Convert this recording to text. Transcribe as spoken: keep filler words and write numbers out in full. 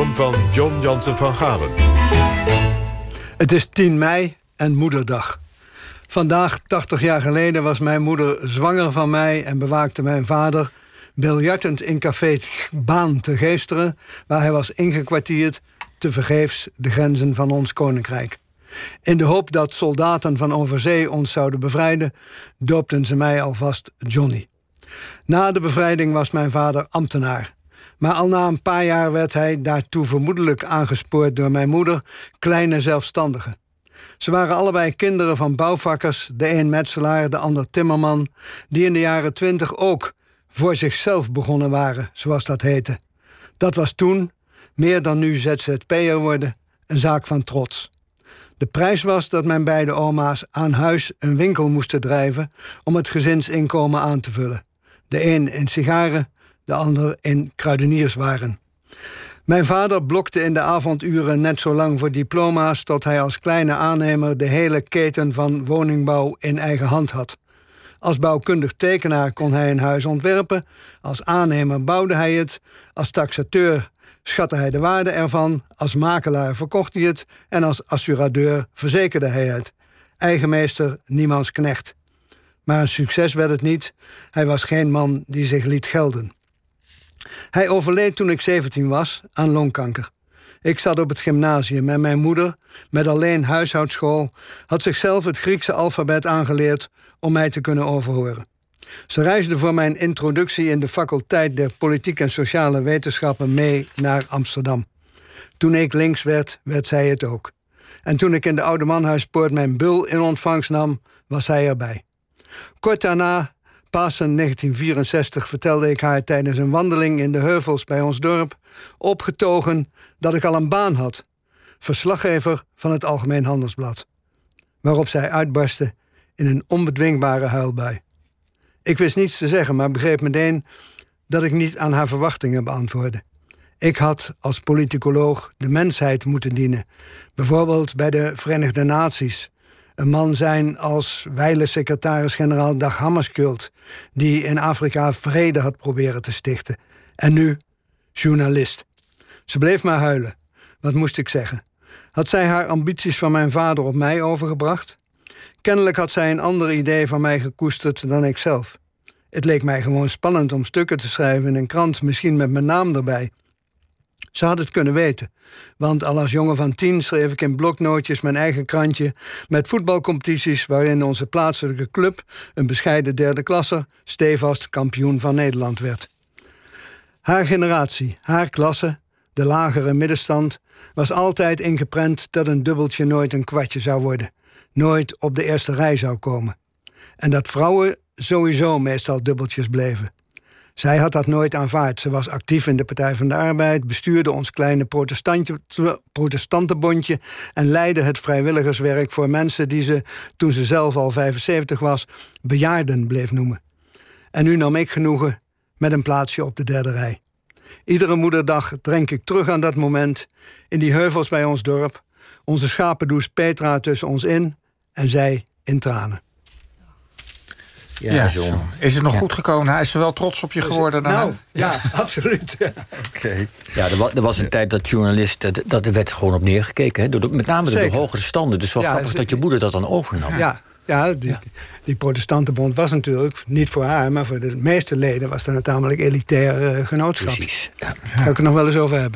column van John Jansen van Galen. Het is tien mei en moederdag. Vandaag, tachtig jaar geleden, was mijn moeder zwanger van mij en bewaakte mijn vader biljartend in café Baan te Geesteren, waar hij was ingekwartierd, tevergeefs de grenzen van ons koninkrijk. In de hoop dat soldaten van overzee ons zouden bevrijden, doopten ze mij alvast Johnny. Na de bevrijding was mijn vader ambtenaar. Maar al na een paar jaar werd hij, daartoe vermoedelijk aangespoord door mijn moeder, kleine zelfstandige. Ze waren allebei kinderen van bouwvakkers, de een metselaar, de ander timmerman, die in de jaren twintig ook voor zichzelf begonnen waren, zoals dat heette. Dat was toen, meer dan nu Z Z P'er worden, een zaak van trots. De prijs was dat mijn beide oma's aan huis een winkel moesten drijven om het gezinsinkomen aan te vullen. De een in sigaren, de ander in kruidenierswaren. Mijn vader blokte in de avonduren net zo lang voor diploma's tot hij als kleine aannemer de hele keten van woningbouw in eigen hand had. Als bouwkundig tekenaar kon hij een huis ontwerpen, als aannemer bouwde hij het, als taxateur schatte hij de waarde ervan, als makelaar verkocht hij het en als assuradeur verzekerde hij het. Eigenmeester, niemands knecht. Maar een succes werd het niet. Hij was geen man die zich liet gelden. Hij overleed toen ik zeventien was aan longkanker. Ik zat op het gymnasium en mijn moeder, met alleen huishoudschool, had zichzelf het Griekse alfabet aangeleerd om mij te kunnen overhoren. Ze reisde voor mijn introductie in de faculteit der politiek en sociale wetenschappen mee naar Amsterdam. Toen ik links werd, werd zij het ook. En toen ik in de Oude Manhuispoort mijn bul in ontvangst nam, was zij erbij. Kort daarna, Pasen negentien vierenzestig, vertelde ik haar tijdens een wandeling in de heuvels bij ons dorp, opgetogen, dat ik al een baan had. Verslaggever van het Algemeen Handelsblad. Waarop zij uitbarstte in een onbedwingbare huilbui. Ik wist niets te zeggen, maar begreep meteen dat ik niet aan haar verwachtingen beantwoordde. Ik had als politicoloog de mensheid moeten dienen. Bijvoorbeeld bij de Verenigde Naties. Een man zijn als wijle secretaris-generaal Dag Hammarskjöld, die in Afrika vrede had proberen te stichten. En nu journalist. Ze bleef maar huilen. Wat moest ik zeggen? Had zij haar ambities van mijn vader op mij overgebracht? Kennelijk had zij een ander idee van mij gekoesterd dan ik zelf. Het leek mij gewoon spannend om stukken te schrijven in een krant, misschien met mijn naam erbij. Ze had het kunnen weten, want al als jongen van tien schreef ik in bloknootjes mijn eigen krantje met voetbalcompetities waarin onze plaatselijke club, een bescheiden derde klasser, stevast kampioen van Nederland werd. Haar generatie, haar klasse, de lagere middenstand, was altijd ingeprent dat een dubbeltje nooit een kwartje zou worden. Nooit op de eerste rij zou komen. En dat vrouwen sowieso meestal dubbeltjes bleven. Zij had dat nooit aanvaard. Ze was actief in de Partij van de Arbeid, bestuurde ons kleine protestantenbondje en leidde het vrijwilligerswerk voor mensen die ze, toen ze zelf al vijfenzeventig was, bejaarden bleef noemen. En nu nam ik genoegen met een plaatsje op de derde rij. Iedere moederdag denk ik terug aan dat moment, in die heuvels bij ons dorp, onze schapendoes Petra tussen ons in en zij in tranen. Ja, ja, John. Is het nog ja. goed gekomen? Hij is er wel trots op je geworden? Nou, ja, ja, absoluut. Ja. Okay. Ja, er was, er was een tijd dat journalisten, dat, dat er werd gewoon op neergekeken. Hè? Door, met name door de hogere standen. Dus wel ja, grappig dat je moeder dat dan overnam. Ja, ja, die, ja. die protestantenbond was natuurlijk, niet voor haar, maar voor de meeste leden was dat een tamelijk elitair uh, genootschap. Precies. Ja. Daar ga ik het nog wel eens over hebben.